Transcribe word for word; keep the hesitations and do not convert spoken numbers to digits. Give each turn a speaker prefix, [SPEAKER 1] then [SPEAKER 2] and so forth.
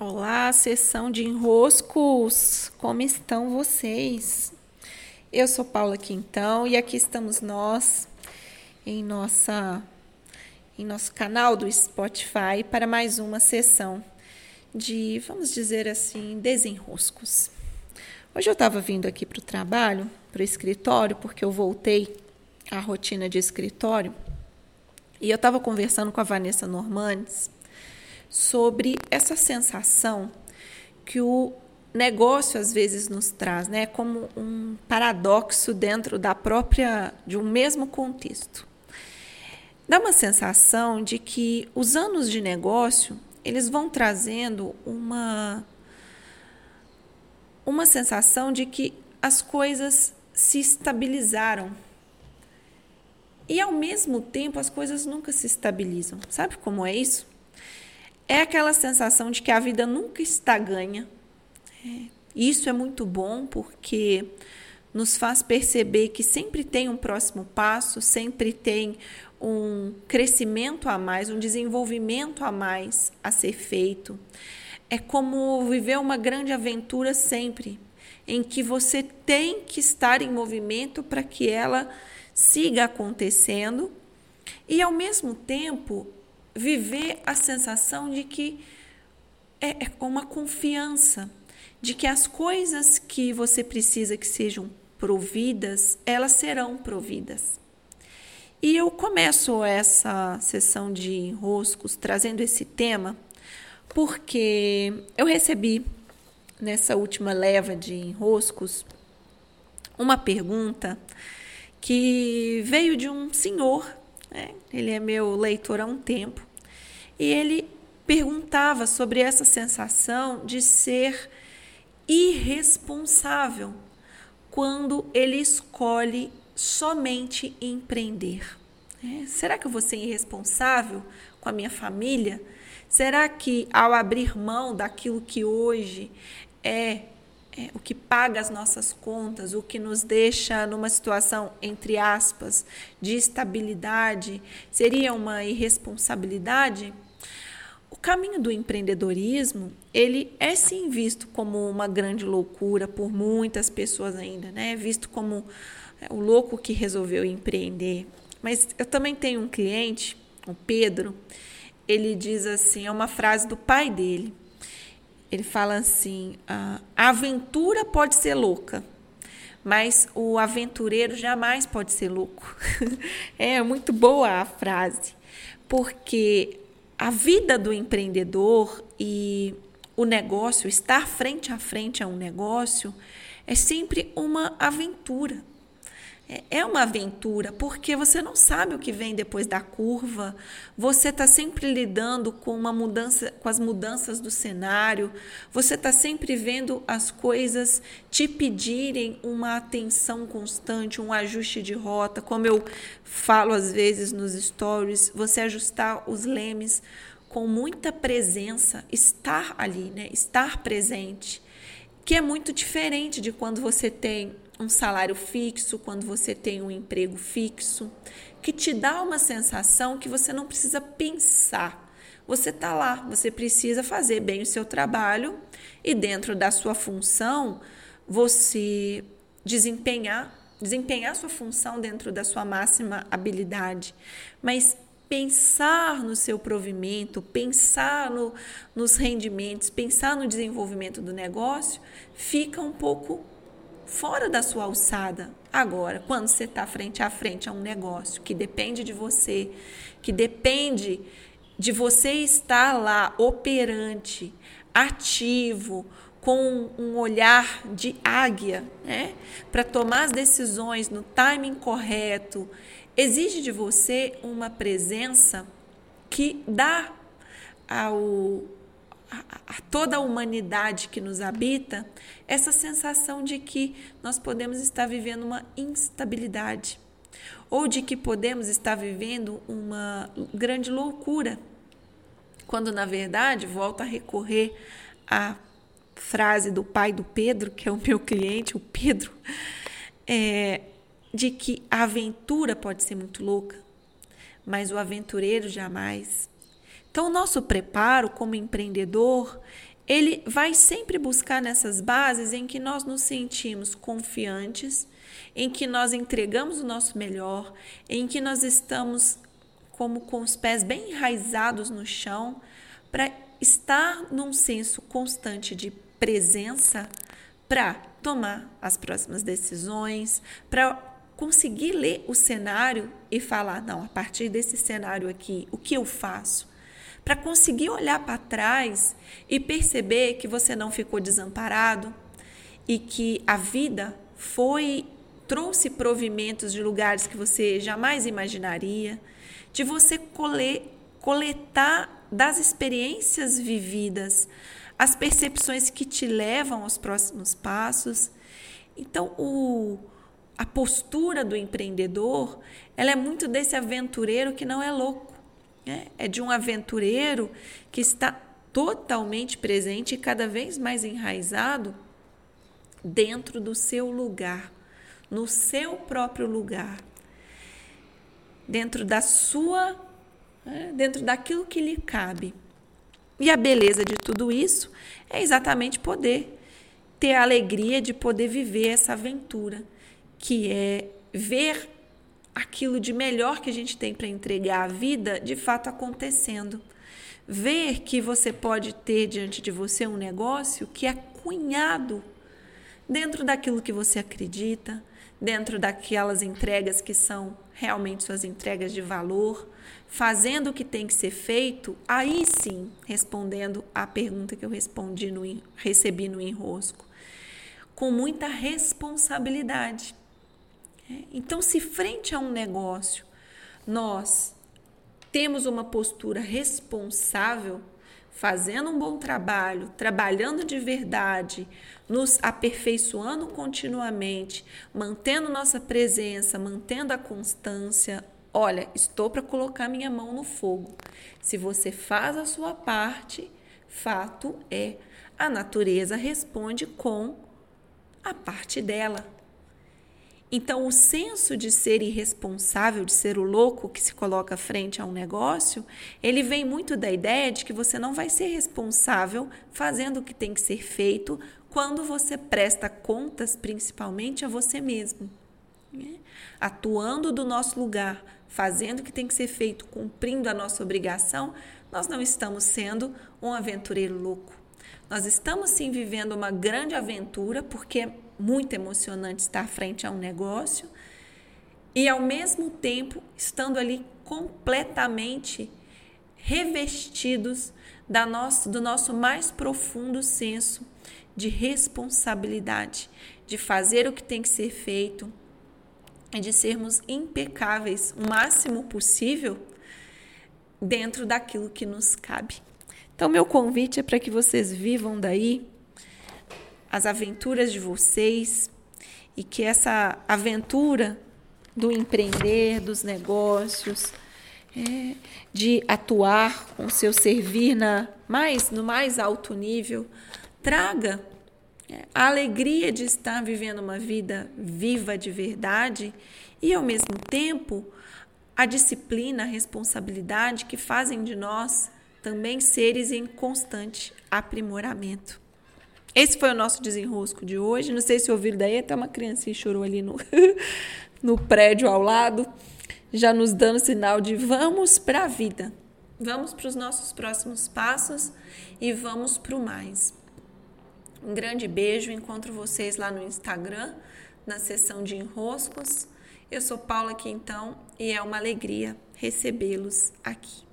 [SPEAKER 1] Olá, sessão de enroscos. Como estão vocês? Eu sou Paula Quintão e aqui estamos nós em nossa em nosso canal do Spotify para mais uma sessão de, vamos dizer assim, desenroscos. Hoje eu estava vindo aqui para o trabalho, para o escritório, porque eu voltei à rotina de escritório e eu estava conversando com a Vanessa Normandes sobre essa sensação que o negócio às vezes nos traz, né, como um paradoxo dentro da própria de um mesmo contexto. Dá uma sensação de que os anos de negócio, eles vão trazendo uma uma sensação de que as coisas se estabilizaram. E ao mesmo tempo as coisas nunca se estabilizam. Sabe como é isso? É aquela sensação de que a vida nunca está ganha. É, isso é muito bom porque nos faz perceber que sempre tem um próximo passo, sempre tem um crescimento a mais, um desenvolvimento a mais a ser feito. É como viver uma grande aventura sempre, em que você tem que estar em movimento para que ela siga acontecendo e, ao mesmo tempo, viver a sensação de que é uma confiança, de que as coisas que você precisa que sejam providas, elas serão providas. E eu começo essa sessão de enroscos trazendo esse tema porque eu recebi nessa última leva de enroscos uma pergunta que veio de um senhor, né? Ele é meu leitor há um tempo, e ele perguntava sobre essa sensação de ser irresponsável quando ele escolhe somente empreender. É, será que eu vou ser irresponsável com a minha família? Será que ao abrir mão daquilo que hoje é É, o que paga as nossas contas, o que nos deixa numa situação, entre aspas, de estabilidade, seria uma irresponsabilidade? O caminho do empreendedorismo, ele é sim visto como uma grande loucura por muitas pessoas ainda, né? Visto como é, o louco que resolveu empreender. Mas eu também tenho um cliente, o Pedro, ele diz assim, é uma frase do pai dele. Ele fala assim, a aventura pode ser louca, mas o aventureiro jamais pode ser louco. É muito boa a frase, porque a vida do empreendedor e o negócio, estar frente a frente a um negócio, é sempre uma aventura. É uma aventura, porque você não sabe o que vem depois da curva, você está sempre lidando com uma mudança, com as mudanças do cenário, você está sempre vendo as coisas te pedirem uma atenção constante, um ajuste de rota, como eu falo às vezes nos stories, você ajustar os lemes com muita presença, estar ali, né? Estar presente, que é muito diferente de quando você tem um salário fixo, quando você tem um emprego fixo, que te dá uma sensação que você não precisa pensar. Você está lá, você precisa fazer bem o seu trabalho e dentro da sua função, você desempenhar, desempenhar sua função dentro da sua máxima habilidade. Mas pensar no seu provimento, pensar no, nos rendimentos, pensar no desenvolvimento do negócio, fica um pouco fora da sua alçada. Agora, quando você está frente a frente a um negócio que depende de você, que depende de você estar lá operante, ativo, com um olhar de águia, né? Para tomar as decisões no timing correto, exige de você uma presença que dá ao a toda a humanidade que nos habita, essa sensação de que nós podemos estar vivendo uma instabilidade ou de que podemos estar vivendo uma grande loucura, quando na verdade, volto a recorrer à frase do pai do Pedro, que é o meu cliente, o Pedro, é, de que a aventura pode ser muito louca, mas o aventureiro jamais. Então, o nosso preparo como empreendedor, ele vai sempre buscar nessas bases em que nós nos sentimos confiantes, em que nós entregamos o nosso melhor, em que nós estamos como com os pés bem enraizados no chão, para estar num senso constante de presença, para tomar as próximas decisões, para conseguir ler o cenário e falar, não, a partir desse cenário aqui, o que eu faço? Para conseguir olhar para trás e perceber que você não ficou desamparado e que a vida foi trouxe provimentos de lugares que você jamais imaginaria, de você colet, coletar das experiências vividas as percepções que te levam aos próximos passos. Então, o, a postura do empreendedor, ela é muito desse aventureiro que não é louco. Né? É de um aventureiro que está totalmente presente e cada vez mais enraizado dentro do seu lugar, no seu próprio lugar, dentro da sua, né? dentro daquilo que lhe cabe. E a beleza de tudo isso é exatamente poder ter a alegria de poder viver essa aventura, que é ver aquilo de melhor que a gente tem para entregar à vida de fato acontecendo. Ver que você pode ter diante de você um negócio que é cunhado dentro daquilo que você acredita, dentro daquelas entregas que são realmente suas entregas de valor, fazendo o que tem que ser feito, aí sim, respondendo à pergunta que eu respondi no, recebi no enrosco, com muita responsabilidade. Então, se frente a um negócio nós temos uma postura responsável, fazendo um bom trabalho, trabalhando de verdade, nos aperfeiçoando continuamente, mantendo nossa presença, mantendo a constância, olha, estou para colocar minha mão no fogo. Se você faz a sua parte, fato é, a natureza responde com a parte dela. Então, o senso de ser irresponsável, de ser o louco que se coloca frente a um negócio, ele vem muito da ideia de que você não vai ser responsável fazendo o que tem que ser feito quando você presta contas, principalmente a você mesmo. Né? Atuando do nosso lugar, fazendo o que tem que ser feito, cumprindo a nossa obrigação, nós não estamos sendo um aventureiro louco. Nós estamos sim vivendo uma grande aventura, porque é muito emocionante estar frente a um negócio e, ao mesmo tempo, estando ali completamente revestidos da nosso, do nosso mais profundo senso de responsabilidade, de fazer o que tem que ser feito e de sermos impecáveis o máximo possível dentro daquilo que nos cabe. Então, meu convite é para que vocês vivam daí as aventuras de vocês e que essa aventura do empreender, dos negócios, é, de atuar com seu servir na mais, no mais alto nível, traga é, a alegria de estar vivendo uma vida viva de verdade e, ao mesmo tempo, a disciplina, a responsabilidade que fazem de nós também seres em constante aprimoramento. Esse foi o nosso desenrosco de hoje. Não sei se ouviram daí, até uma criancinha chorou ali no, no prédio ao lado, já nos dando sinal de vamos para a vida. Vamos para os nossos próximos passos e vamos para o mais. Um grande beijo, encontro vocês lá no Instagram, na seção de enroscos. Eu sou Paula aqui então e é uma alegria recebê-los aqui.